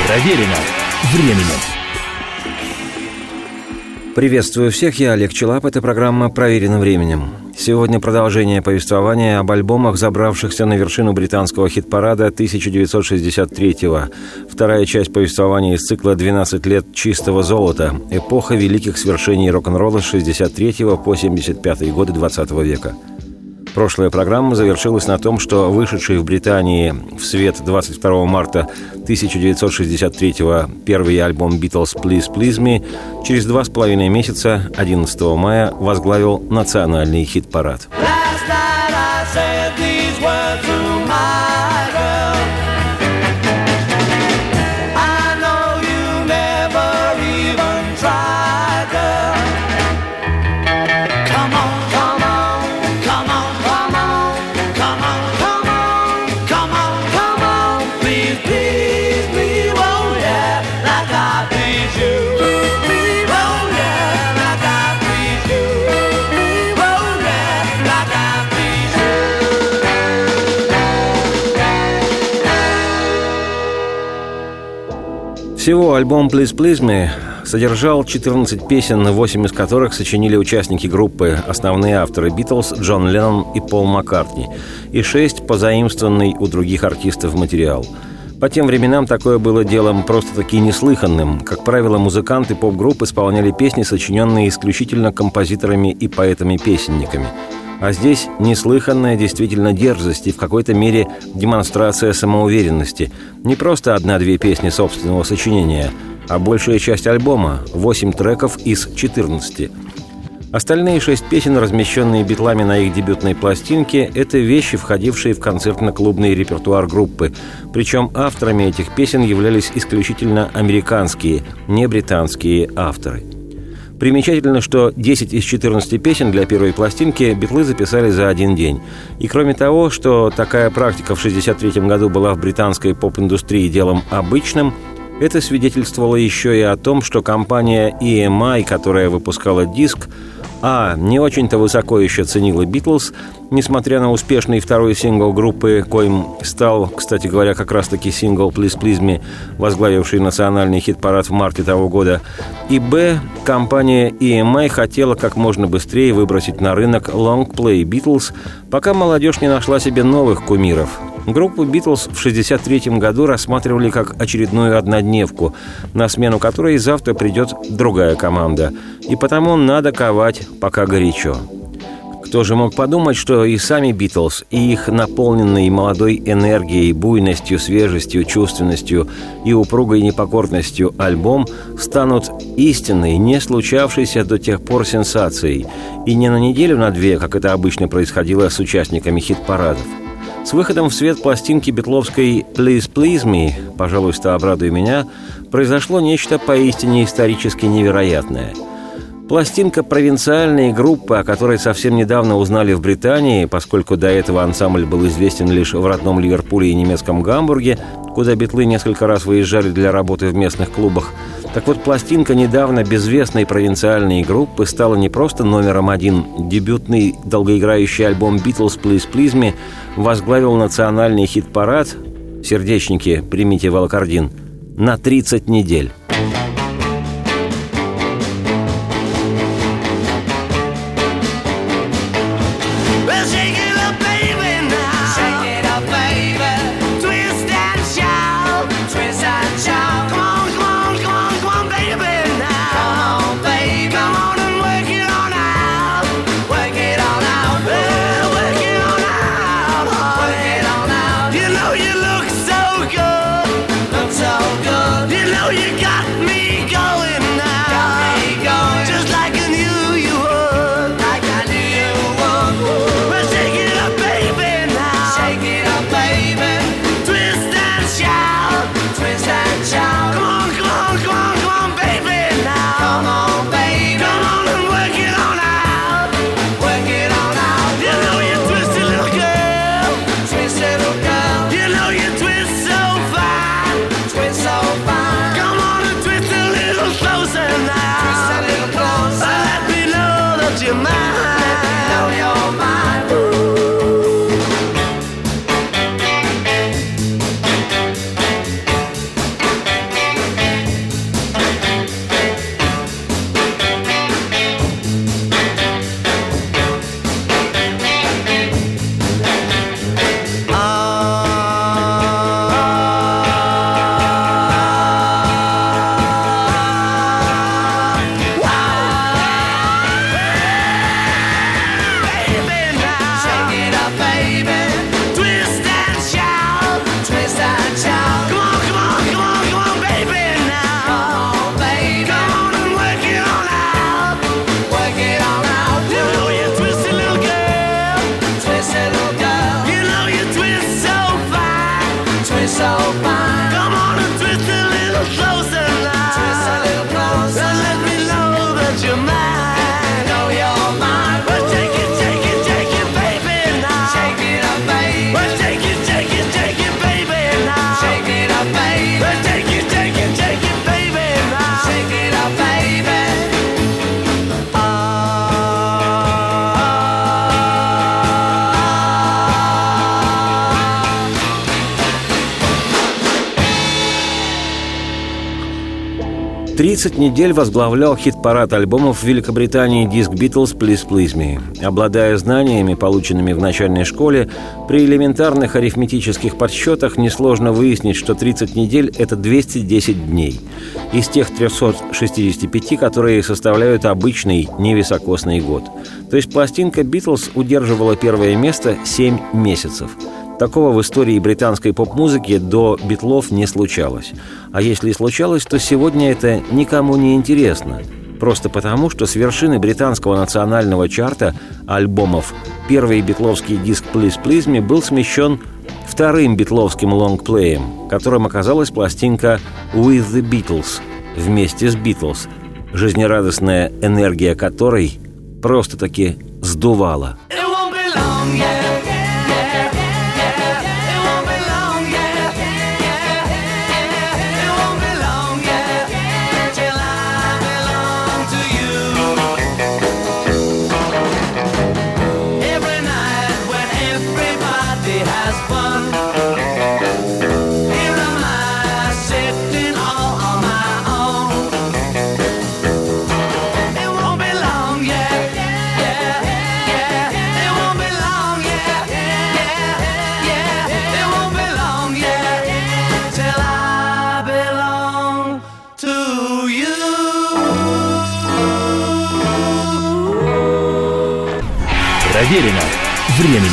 Проверено временем. Приветствую всех, я Олег Челап, это программа «Проверено временем». Сегодня продолжение повествования об альбомах, забравшихся на вершину британского хит-парада 1963-го. Вторая часть повествования из цикла «12 лет чистого золота», эпоха великих свершений рок-н-ролла с 63 по 75 годы 20 века. Прошлая программа завершилась на том, что вышедший в Британии в свет 22 марта 1963-го первый альбом «Beatles Please Please Me» через 2,5 месяца, 11 мая, возглавил национальный хит-парад. Всего альбом «Please Please Me» содержал 14 песен, 8 из которых сочинили участники группы, основные авторы «Битлз» Джон Леннон и Пол Маккартни, и 6 позаимствованный у других артистов материал. По тем временам такое было делом просто-таки неслыханным. Как правило, музыканты поп-групп исполняли песни, сочиненные исключительно композиторами и поэтами-песенниками. А здесь неслыханная действительно дерзость и в какой-то мере демонстрация самоуверенности. Не просто 1-2 песни собственного сочинения, а большая часть альбома – 8 треков из 14. Остальные 6 песен, размещенные Битлами на их дебютной пластинке, это вещи, входившие в концертно-клубный репертуар группы. Причем авторами этих песен являлись исключительно американские, не британские авторы. Примечательно, что 10 из 14 песен для первой пластинки Битлы записали за один день. И кроме того, что такая практика в 1963 году была в британской поп-индустрии делом обычным, это свидетельствовало еще и о том, что компания EMI, которая выпускала диск, не очень-то высоко еще ценила «Битлз», несмотря на успешный второй сингл группы, коим стал, кстати говоря, как раз-таки сингл «Please Please Me», возглавивший национальный хит-парад в марте того года, и компания EMI хотела как можно быстрее выбросить на рынок лонгплей «Битлз», пока молодежь не нашла себе новых кумиров. Группу «Битлз» в 1963 году рассматривали как очередную однодневку, на смену которой завтра придет другая команда. И потому надо ковать, пока горячо. Кто же мог подумать, что и сами «Битлз», и их наполненные молодой энергией, буйностью, свежестью, чувственностью и упругой непокорностью альбом станут истинной, не случавшейся до тех пор сенсацией. И не на неделю, на 2, как это обычно происходило с участниками хит-парадов. С выходом в свет пластинки битловской «Please Please Me», «Пожалуйста, обрадуй меня», произошло нечто поистине исторически невероятное. Пластинка провинциальной группы, о которой совсем недавно узнали в Британии, поскольку до этого ансамбль был известен лишь в родном Ливерпуле и немецком Гамбурге, куда битлы несколько раз выезжали для работы в местных клубах. Так вот, пластинка недавно безвестной провинциальной группы стала не просто номером 1. Дебютный долгоиграющий альбом «Beatles Please Please Me» возглавил национальный хит-парад «Сердечники, примите волокордин» на 30 недель. You got 30 недель возглавлял хит-парад альбомов в Великобритании диск «Beatles Please Please Me». Обладая знаниями, полученными в начальной школе, при элементарных арифметических подсчетах несложно выяснить, что 30 недель – это 210 дней. Из тех 365, которые составляют обычный невисокосный год. То есть пластинка «Beatles» удерживала первое место 7 месяцев. Такого в истории британской поп-музыки до «Битлов» не случалось. А если и случалось, то сегодня это никому не интересно. Просто потому, что с вершины британского национального чарта альбомов первый битловский диск «Please Please Me» был смещен вторым битловским лонгплеем, которым оказалась пластинка «With the Beatles» вместе с «Beatles», жизнерадостная энергия которой просто-таки сдувала. Проверено временем.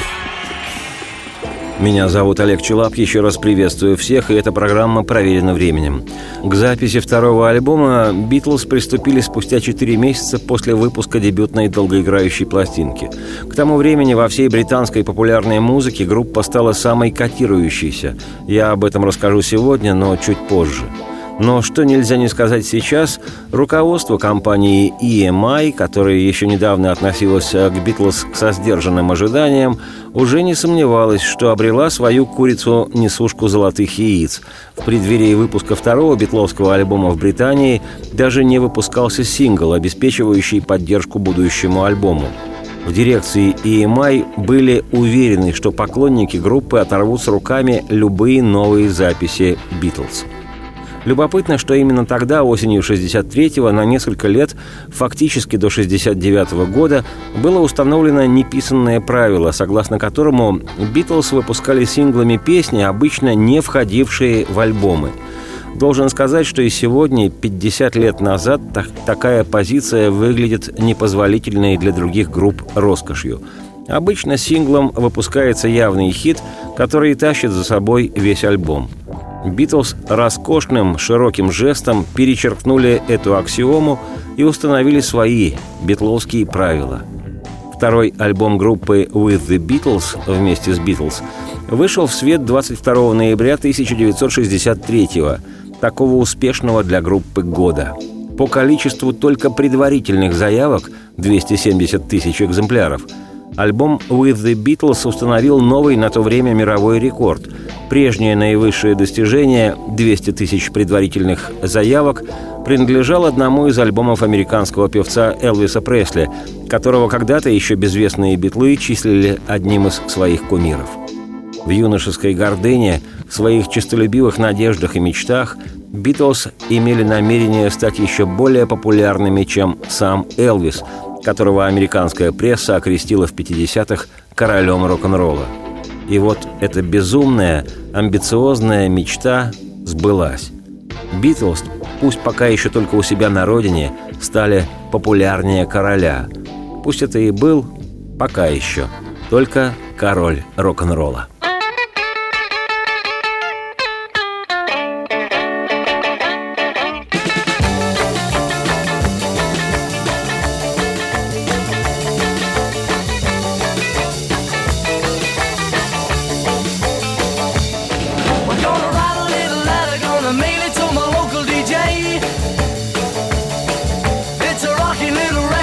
Меня зовут Олег Челап, еще раз приветствую всех, и эта программа «Проверена временем». К записи второго альбома «Битлз» приступили спустя 4 месяца после выпуска дебютной долгоиграющей пластинки. К тому времени во всей британской популярной музыке группа стала самой котирующейся. Я об этом расскажу сегодня, но чуть позже. Но что нельзя не сказать сейчас, руководство компании EMI, которое еще недавно относилось к «Битлз» со сдержанным ожиданием, уже не сомневалось, что обрела свою курицу-несушку золотых яиц. В преддверии выпуска второго битловского альбома в Британии даже не выпускался сингл, обеспечивающий поддержку будущему альбому. В дирекции EMI были уверены, что поклонники группы оторвут с руками любые новые записи «Битлз». Любопытно, что именно тогда, осенью 1963-го, на несколько лет, фактически до 1969 года, было установлено неписанное правило, согласно которому «Битлз» выпускали синглами песни, обычно не входившие в альбомы. Должен сказать, что и сегодня, 50 лет назад, такая позиция выглядит непозволительной для других групп роскошью. Обычно синглом выпускается явный хит, который тащит за собой весь альбом. «Битлз» роскошным, широким жестом перечеркнули эту аксиому и установили свои битловские правила. Второй альбом группы «With the Beatles» вместе с «Битлз» вышел в свет 22 ноября 1963-го, такого успешного для группы года. По количеству только предварительных заявок – 270 тысяч экземпляров – альбом «With the Beatles» установил новый на то время мировой рекорд. Прежнее наивысшее достижение – 200 тысяч предварительных заявок – принадлежал одному из альбомов американского певца Элвиса Пресли, которого когда-то еще безвестные битлы числили одним из своих кумиров. В юношеской гордыне, в своих честолюбивых надеждах и мечтах «Битлз» имели намерение стать еще более популярными, чем сам Элвис, которого американская пресса окрестила в 50-х королем рок-н-ролла. И вот эта безумная, амбициозная мечта сбылась. «Битлз», пусть пока еще только у себя на родине, стали популярнее короля. Пусть это и был, пока еще, только король рок-н-ролла.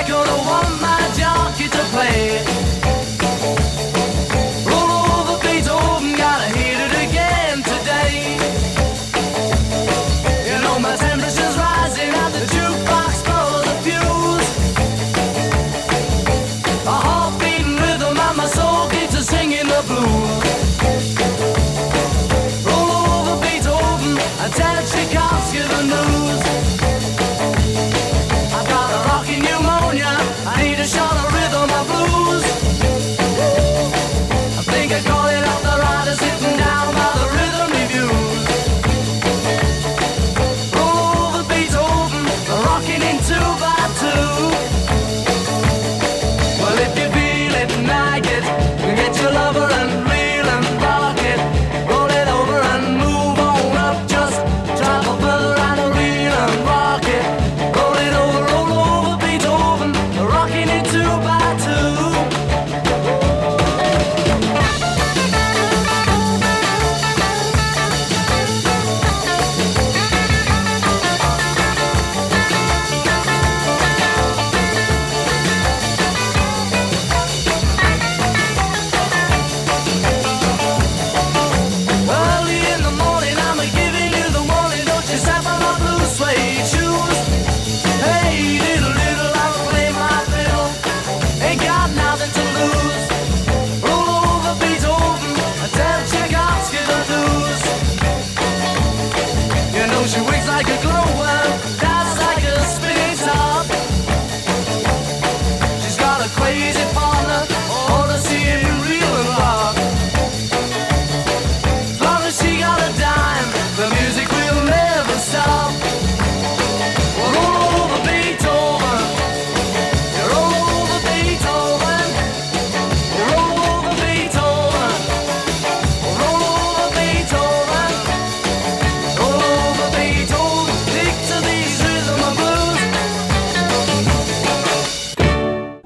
Roll over the beat.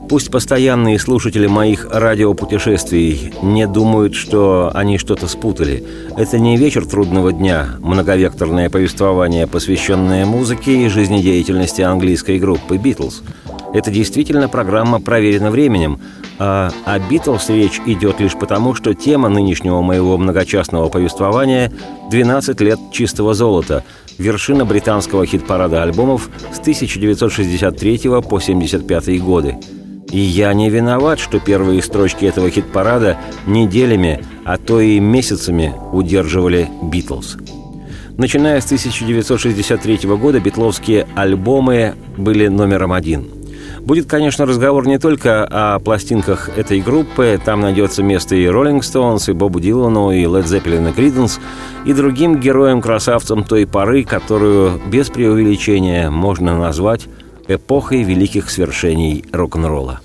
Пусть постоянные слушатели моих радиопутешествий не думают, что они что-то спутали. Это не вечер трудного дня, многовекторное повествование, посвященное музыке и жизнедеятельности английской группы «Битлз». Это действительно программа проверена временем, а о «Битлз» речь идет лишь потому, что тема нынешнего моего многочастного повествования – 12 лет чистого золота, вершина британского хит-парада альбомов с 1963 по 1975 годы. И я не виноват, что первые строчки этого хит-парада неделями, а то и месяцами удерживали «Битлз». Начиная с 1963 года битловские альбомы были номером один. Будет, конечно, разговор не только о пластинках этой группы. Там найдется место и Rolling Stones, и Бобу Дилану, и Led Zeppelin, и Creedence, и другим героям-красавцам той поры, которую без преувеличения можно назвать эпохой великих свершений рок-н-ролла.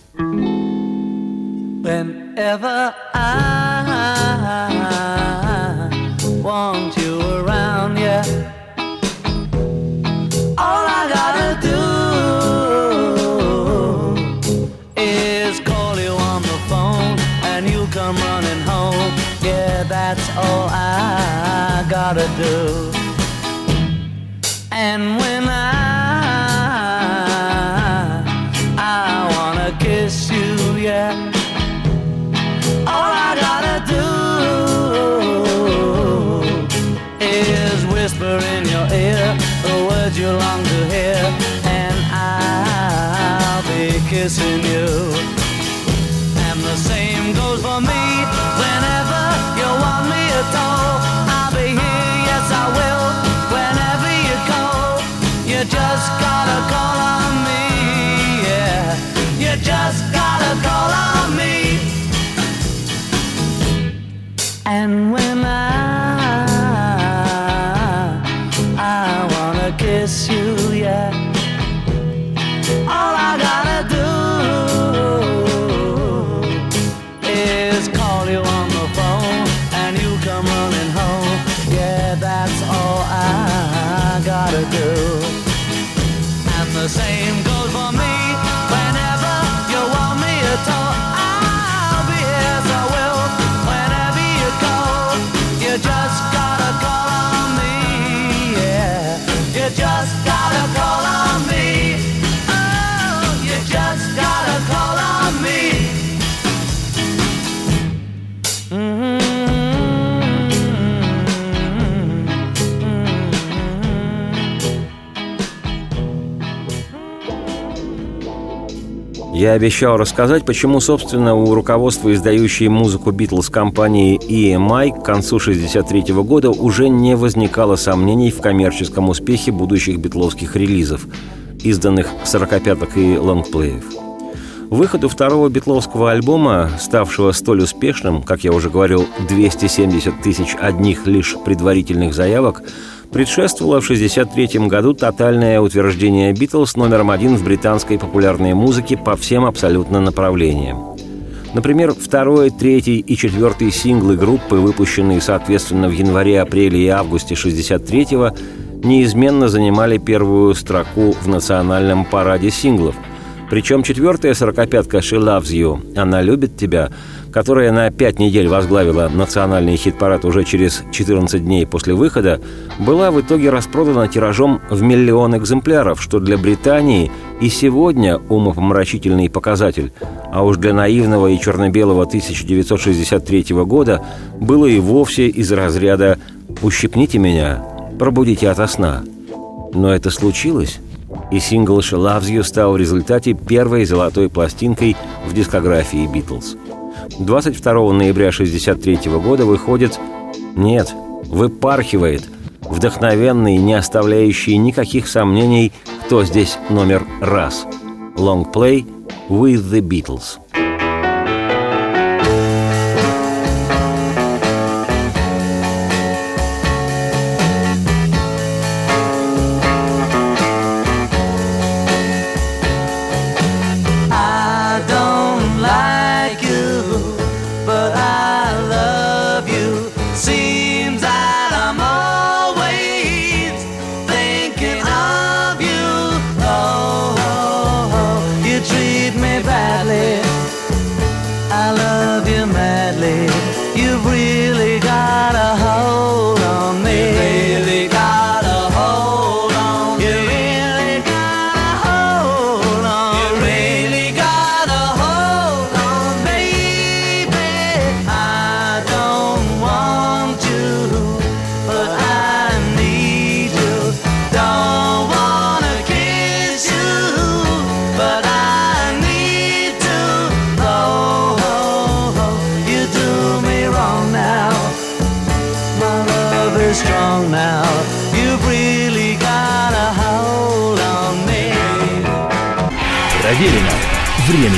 Whenever I want you around, yeah, all I gotta do is call you on the phone and you come running home. Yeah, that's all I gotta do. And when I wanna kiss you, yeah, all I gotta do is whisper in your ear the words you long to hear, and I'll be kissing you. And the same goes for me. Whenever you want me at all, I'll be here, yes I will. Whenever you call, you just gotta call on me, yeah. You just gotta call on me. And when I wanna kiss you, yeah, all I gotta do is call you on the phone and you come running home. Yeah, that's all I gotta do. And the same goes for me. Whenever you want me at all, I'll be here, so I will. Whenever you call, you just gotta call on me, yeah. You just gotta call on me. Oh, you just gotta call on me. Я обещал рассказать, почему, собственно, у руководства, издающей музыку «Битлз» компании EMI к концу 1963 года уже не возникало сомнений в коммерческом успехе будущих битловских релизов, изданных сорокопяток и лонгплеев. Выходу второго битловского альбома, ставшего столь успешным, как я уже говорил, 270 тысяч одних лишь предварительных заявок, предшествовало в 1963 году тотальное утверждение «Битлз» номером один в британской популярной музыке по всем абсолютно направлениям. Например, второй, третий и четвертый синглы группы, выпущенные, соответственно, в январе, апреле и августе 1963-го, неизменно занимали первую строку в национальном параде синглов. Причем четвертая сорокопятка «She Loves You» «Она любит тебя», которая на 5 недель возглавила национальный хит-парад уже через 14 дней после выхода, была в итоге распродана тиражом в 1 миллион экземпляров, что для Британии и сегодня умопомрачительный показатель, а уж для наивного и черно-белого 1963 года было и вовсе из разряда «Ущипните меня, пробудите ото сна». Но это случилось, и сингл «She Loves You» стал в результате первой золотой пластинкой в дискографии «Битлз». 22 ноября 1963 года выходит, выпархивает, вдохновенный, не оставляющий никаких сомнений, кто здесь номер раз. Longplay with the Beatles. Badly strong now. You've really got a hold on me. Проверено временем.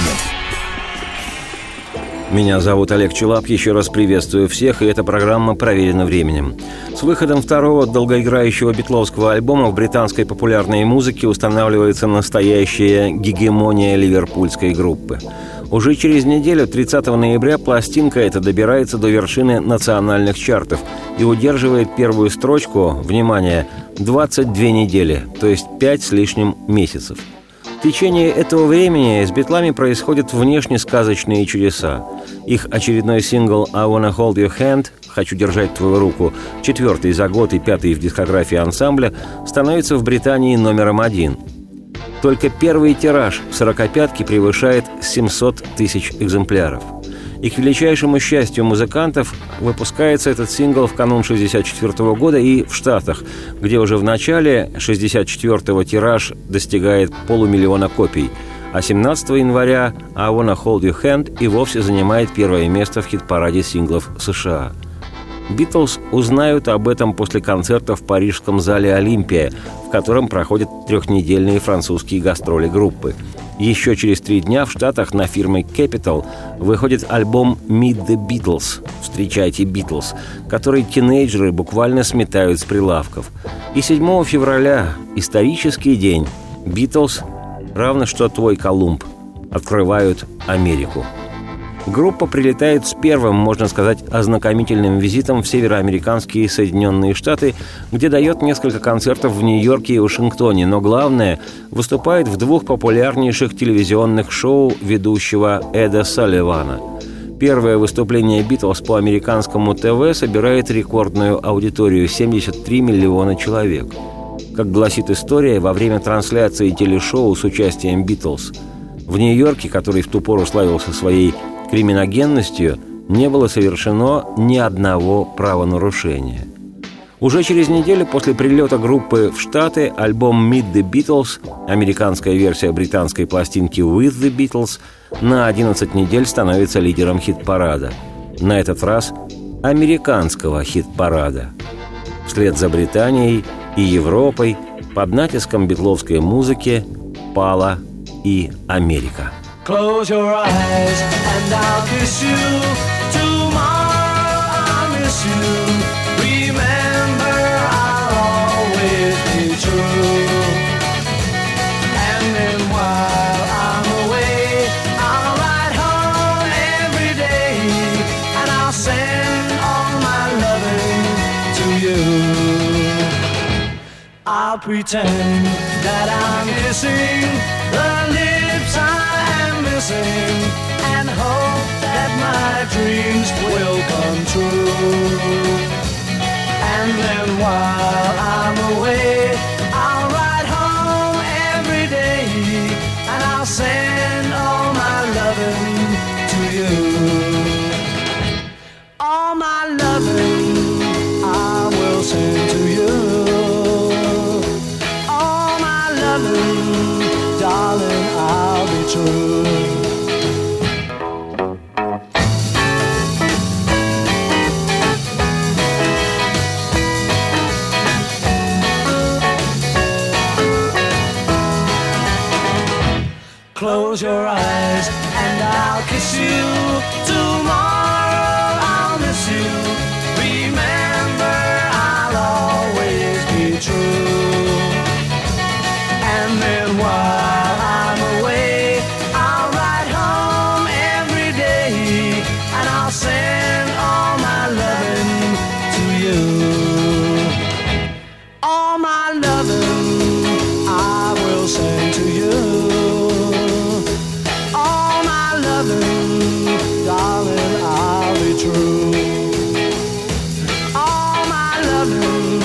Меня зовут Олег Челап. Еще раз приветствую всех, и эта программа «Проверена временем». С выходом второго долгоиграющего битловского альбома в британской популярной музыке устанавливается настоящая гегемония ливерпульской группы. Уже через неделю, 30 ноября, пластинка эта добирается до вершины национальных чартов и удерживает первую строчку, внимание, 22 недели, то есть 5 с лишним месяцев. В течение этого времени с битлами происходят внешне сказочные чудеса. Их очередной сингл «I Wanna Hold Your Hand» «Хочу держать твою руку», 4-й за год и 5-й в дискографии ансамбля, становится в Британии номером 1. Только первый тираж «Сорокопятки» превышает 700 тысяч экземпляров. И к величайшему счастью музыкантов выпускается этот сингл в канун 1964 года и в Штатах, где уже в начале 1964-го тираж достигает 500 000 копий, а 17 января «I Wanna Hold Your Hand» и вовсе занимает первое место в хит-параде синглов США. «Битлз» узнают об этом после концерта в парижском зале «Олимпия», в котором проходят 3-недельные французские гастроли группы. Еще через 3 дня в Штатах на фирме Capitol выходит альбом «Meet the Beatles» «Встречайте Битлз», который тинейджеры буквально сметают с прилавков. И 7 февраля, исторический день, «Битлз», равно что «Твой Колумб», открывают Америку. Группа прилетает с первым, можно сказать, ознакомительным визитом в североамериканские Соединенные Штаты, где дает несколько концертов в Нью-Йорке и Вашингтоне, но главное, выступает в 2 популярнейших телевизионных шоу ведущего Эда Салливана. Первое выступление «Битлз» по американскому ТВ собирает рекордную аудиторию – 73 миллиона человек. Как гласит история, во время трансляции телешоу с участием «Битлз» в Нью-Йорке, который в ту пору славился своей криминогенностью, не было совершено ни одного правонарушения. Уже через неделю после прилета группы в Штаты альбом «Meet the Beatles», американская версия британской пластинки «With the Beatles», на 11 недель становится лидером хит-парада. На этот раз американского хит-парада. Вслед за Британией и Европой под натиском битловской музыки пала и Америка. Close your eyes and I'll kiss you. Tomorrow I'll miss you. Remember, I'll always be true. And then while I'm away, I'll ride home every day, and I'll send all my loving to you. I'll pretend that I'm kissing the lips and hope that my dreams will come true. And then while I'm away, I'll ride home every day, and I'll send all my loving to you. All my loving I will send to you. All my loving, darling, I'll be true. Close your eyes and I'll kiss you. Tomorrow I'll miss you. Remember, I'll always be true. And then while I'm away, I'll ride home every day, and I'll send all my loving to you. All my loving I will send to you. Darling, I'll be true. All my loving,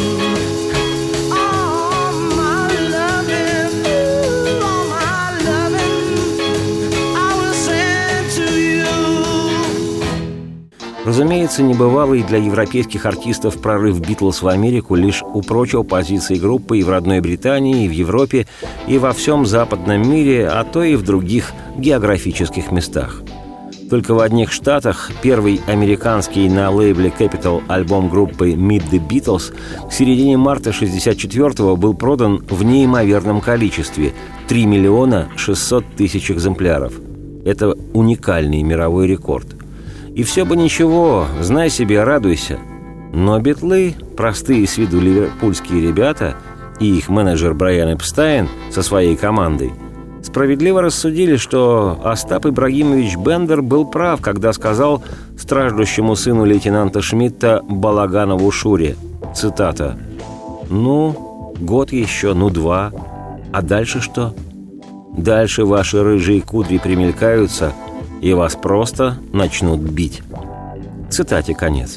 all my loving, all my loving, I will send to you. Разумеется, небывалый для европейских артистов прорыв «Битлз» в Америку лишь упрочил позиции группы и в родной Британии, и в Европе, и во всем западном мире, а то и в других географических местах. Только в одних штатах первый американский на лейбле Capitol альбом группы Meet the Beatles к середине марта 1964-го был продан в неимоверном количестве – 3 миллиона 600 тысяч экземпляров. Это уникальный мировой рекорд. И все бы ничего, знай себе, радуйся. Но Битлы, простые с виду ливерпульские ребята, и их менеджер Брайан Эпстайн со своей командой справедливо рассудили, что Остап Ибрагимович Бендер был прав, когда сказал страждущему сыну лейтенанта Шмидта Балаганову Шуре, цитата: «Ну, год еще, ну 2, а дальше что? Дальше ваши рыжие кудри примелькаются, и вас просто начнут бить». Цитате конец.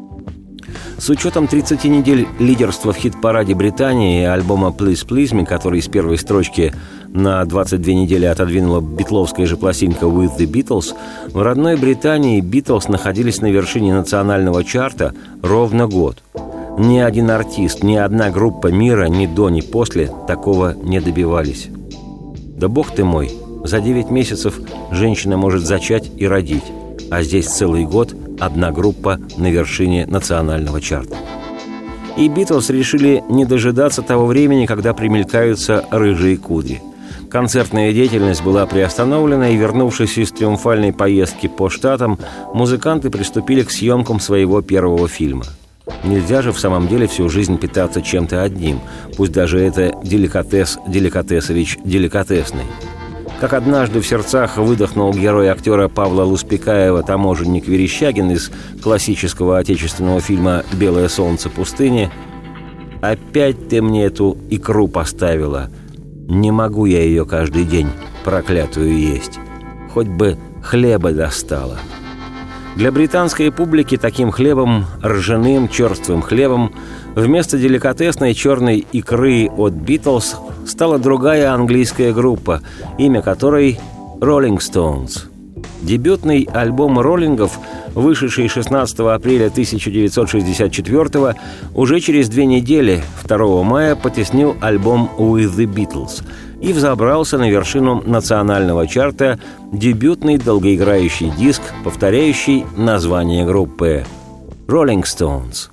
С учетом 30 недель лидерства в хит-параде Британии и альбома «Please Please Me», который с первой строчки на 22 недели отодвинула битловская же пластинка «With the Beatles», в родной Британии «Битлз» находились на вершине национального чарта ровно год. Ни один артист, ни одна группа мира ни до, ни после такого не добивались. Да бог ты мой, за 9 месяцев женщина может зачать и родить, а здесь целый год одна группа на вершине национального чарта. И «Битлз» решили не дожидаться того времени, когда примелькаются рыжие кудри. Концертная деятельность была приостановлена, и, вернувшись из триумфальной поездки по штатам, музыканты приступили к съемкам своего первого фильма. Нельзя же в самом деле всю жизнь питаться чем-то одним, пусть даже это деликатес деликатесович деликатесный. Как однажды в сердцах выдохнул герой актера Павла Луспекаева, таможенник Верещагин из классического отечественного фильма «Белое солнце пустыни», «Опять ты мне эту икру поставила. Не могу я ее каждый день, проклятую, есть. Хоть бы хлеба достала». Для британской публики таким хлебом, ржаным, черствым хлебом, вместо деликатесной черной икры от «Битлз» стала другая английская группа, имя которой «Rolling Stones». Дебютный альбом «Роллингов», вышедший 16 апреля 1964-го, уже через 2 недели, 2 мая, потеснил альбом «With the Beatles» и взобрался на вершину национального чарта дебютный долгоиграющий диск, повторяющий название группы «Rolling Stones».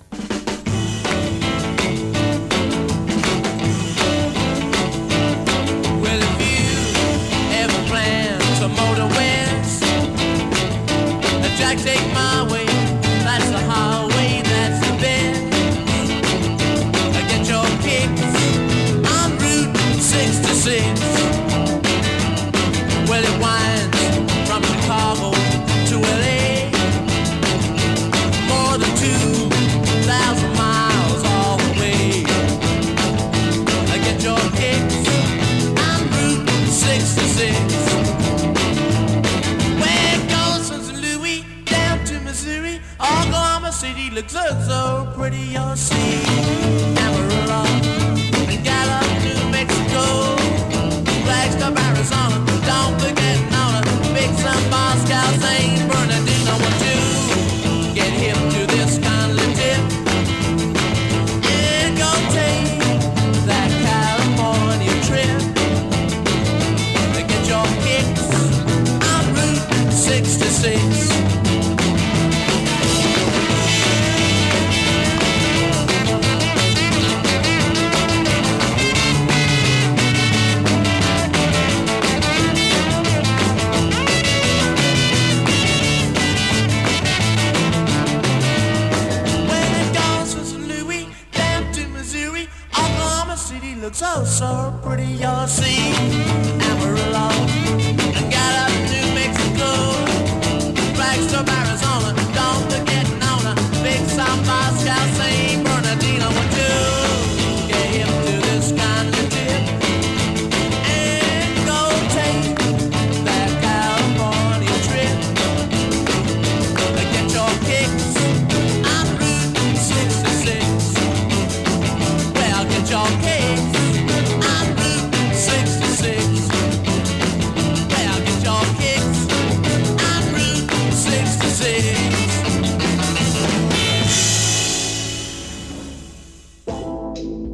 Looks so pretty, you'll see. Amarillo and Gallup, New Mexico, Flagstaff, Arizona. Don't forget Nona, Big Sun, Moscow, St. Bernardino. Want to get hip to this kind of tip and go take that California trip. Get your kicks on Route 66. So pretty, you'll see. Amarillo and Gallup, New Mexico, Flagstaff, Arizona. Don't forget Nona, Big South, Moscow, St. Bernardino. Want to get hip to this kind of tip and go take that California trip. Get your kicks on Route 66. Well, get your kicks.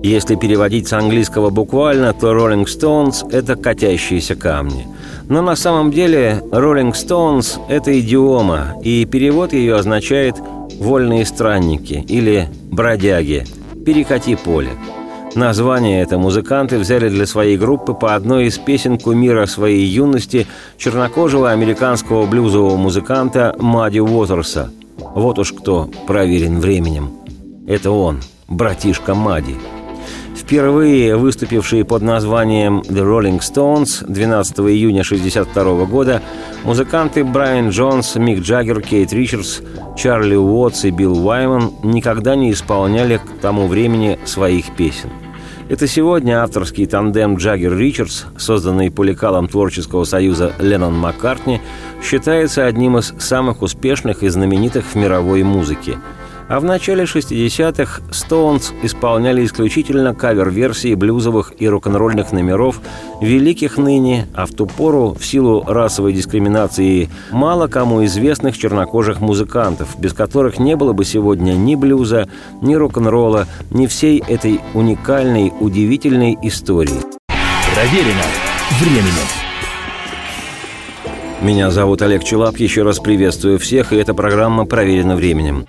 Если переводить с английского буквально, то Rolling Stones – это катящиеся камни. Но на самом деле Rolling Stones – это идиома, и перевод ее означает «вольные странники» или «бродяги», «перекати поле». Название это музыканты взяли для своей группы по одной из песен кумира своей юности чернокожего американского блюзового музыканта Мадди Уотерса. Вот уж кто проверен временем. Это он, братишка Мадди. Впервые выступившие под названием The Rolling Stones 12 июня 1962 года музыканты Брайан Джонс, Мик Джаггер, Кейт Ричардс, Чарли Уотс и Билл Уайман никогда не исполняли к тому времени своих песен. Это сегодня авторский тандем Джаггер-Ричардс, созданный по лекалам творческого союза Леннон-Маккартни, считается одним из самых успешных и знаменитых в мировой музыке. А в начале 60-х Stones исполняли исключительно кавер-версии блюзовых и рок-н-ролльных номеров великих ныне, а в ту пору, в силу расовой дискриминации, мало кому известных чернокожих музыкантов, без которых не было бы сегодня ни блюза, ни рок-н-ролла, ни всей этой уникальной, удивительной истории. Проверено временем. Меня зовут Олег Челап, еще раз приветствую всех, и эта программа «Проверено временем».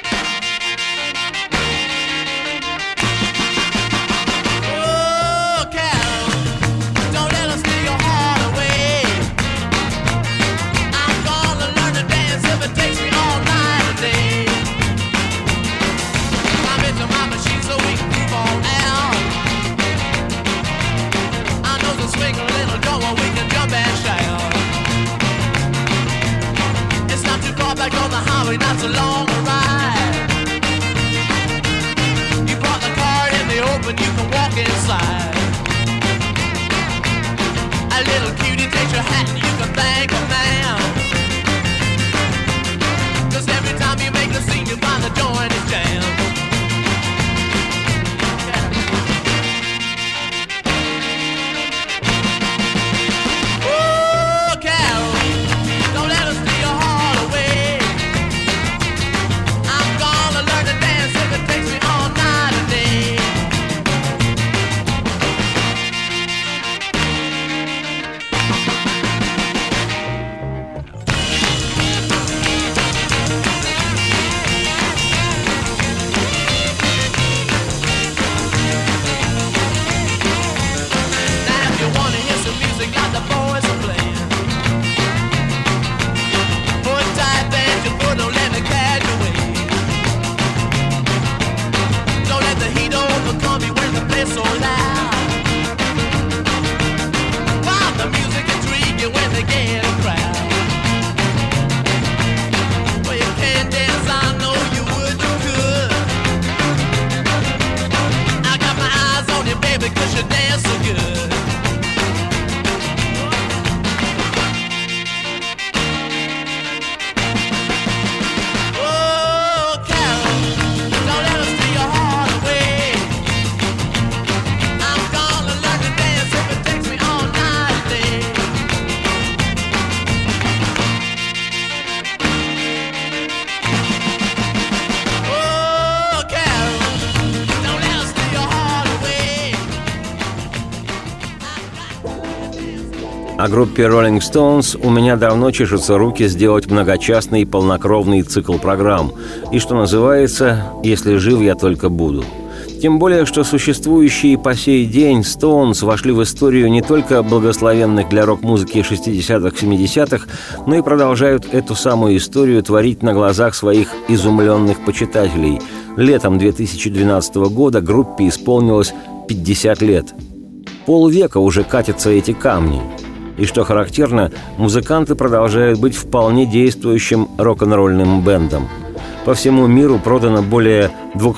О группе Rolling Stones у меня давно чешутся руки сделать многочастный полнокровный цикл программ. И, что называется, «Если жив, я только буду». Тем более, что существующие по сей день Stones вошли в историю не только благословенных для рок-музыки 60-х-70-х, но и продолжают эту самую историю творить на глазах своих изумленных почитателей. Летом 2012 года группе исполнилось 50 лет. Полвека уже катятся эти камни. И что характерно, музыканты продолжают быть вполне действующим рок-н-ролльным бэндом. По всему миру продано более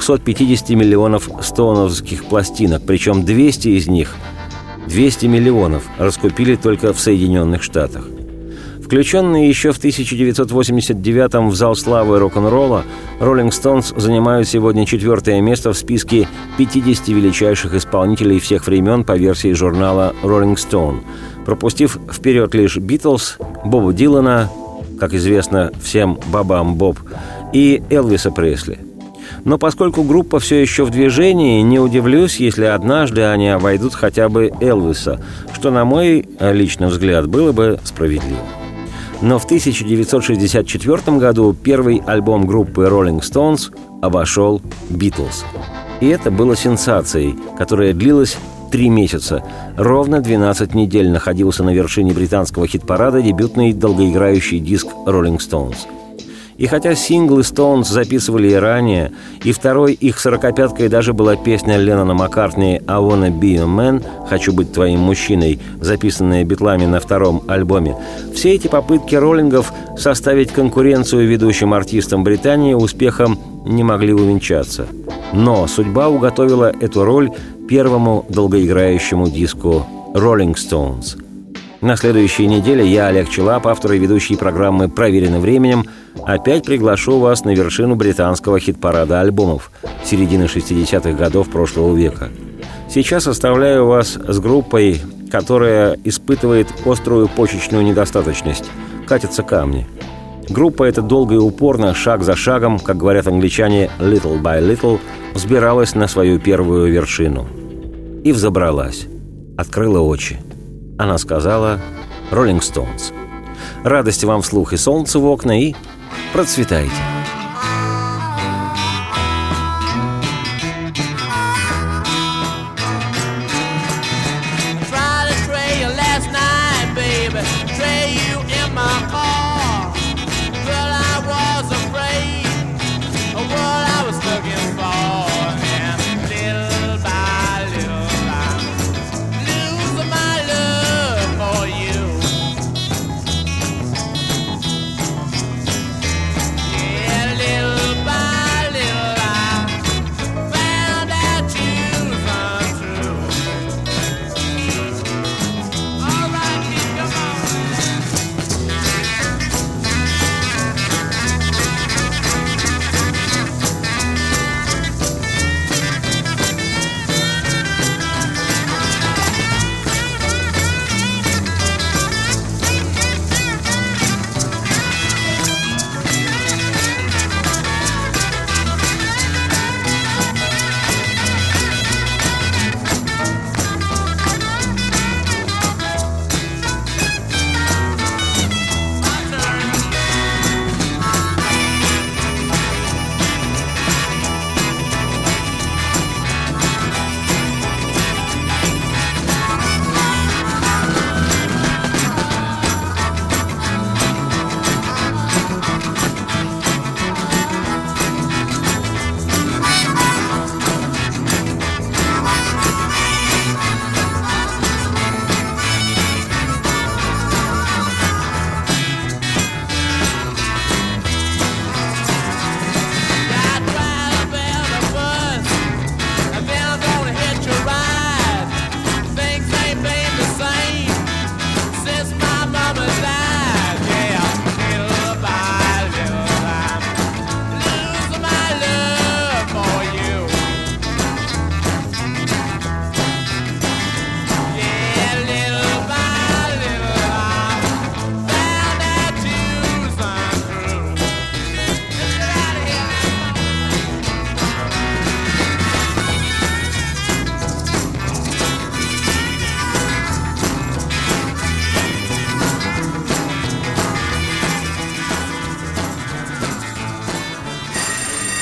250 миллионов стоуновских пластинок, причем 200 из них, 200 миллионов, раскупили только в Соединенных Штатах. Включенные еще в 1989-м в зал славы рок-н-ролла, Rolling Stones занимают сегодня 4-е место в списке 50 величайших исполнителей всех времен по версии журнала Rolling Stone, пропустив вперед лишь Битлз, Боба Дилана, как известно всем Бабам Боб, и Элвиса Пресли. Но поскольку группа все еще в движении, не удивлюсь, если однажды они обойдут хотя бы Элвиса, что, на мой личный взгляд, было бы справедливо. Но в 1964 году первый альбом группы Rolling Stones обошел Beatles. И это было сенсацией, которая длилась 3 месяца. Ровно 12 недель находился на вершине британского хит-парада дебютный долгоиграющий диск Rolling Stones. И хотя синглы Stones записывали и ранее, и второй их 45-кой даже была песня Леннона Маккартни «I wanna be a man» «Хочу быть твоим мужчиной», записанная Битлами на втором альбоме, все эти попытки роллингов составить конкуренцию ведущим артистам Британии успехом не могли увенчаться. Но судьба уготовила эту роль первому долгоиграющему диску Rolling Stones. На следующей неделе я, Олег Челап, автор и ведущий программы «Проверено временем», опять приглашу вас на вершину британского хит-парада альбомов середины 60-х годов прошлого века. Сейчас оставляю вас с группой, которая испытывает острую почечную недостаточность. Катятся камни. Группа эта долго и упорно, шаг за шагом, как говорят англичане, little by little, взбиралась на свою первую вершину. И взобралась. Открыла очи. Она сказала «Rolling Stones». Радости вам вслух и солнце в окна, и процветайте!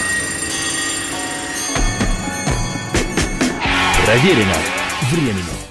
Проверено временем.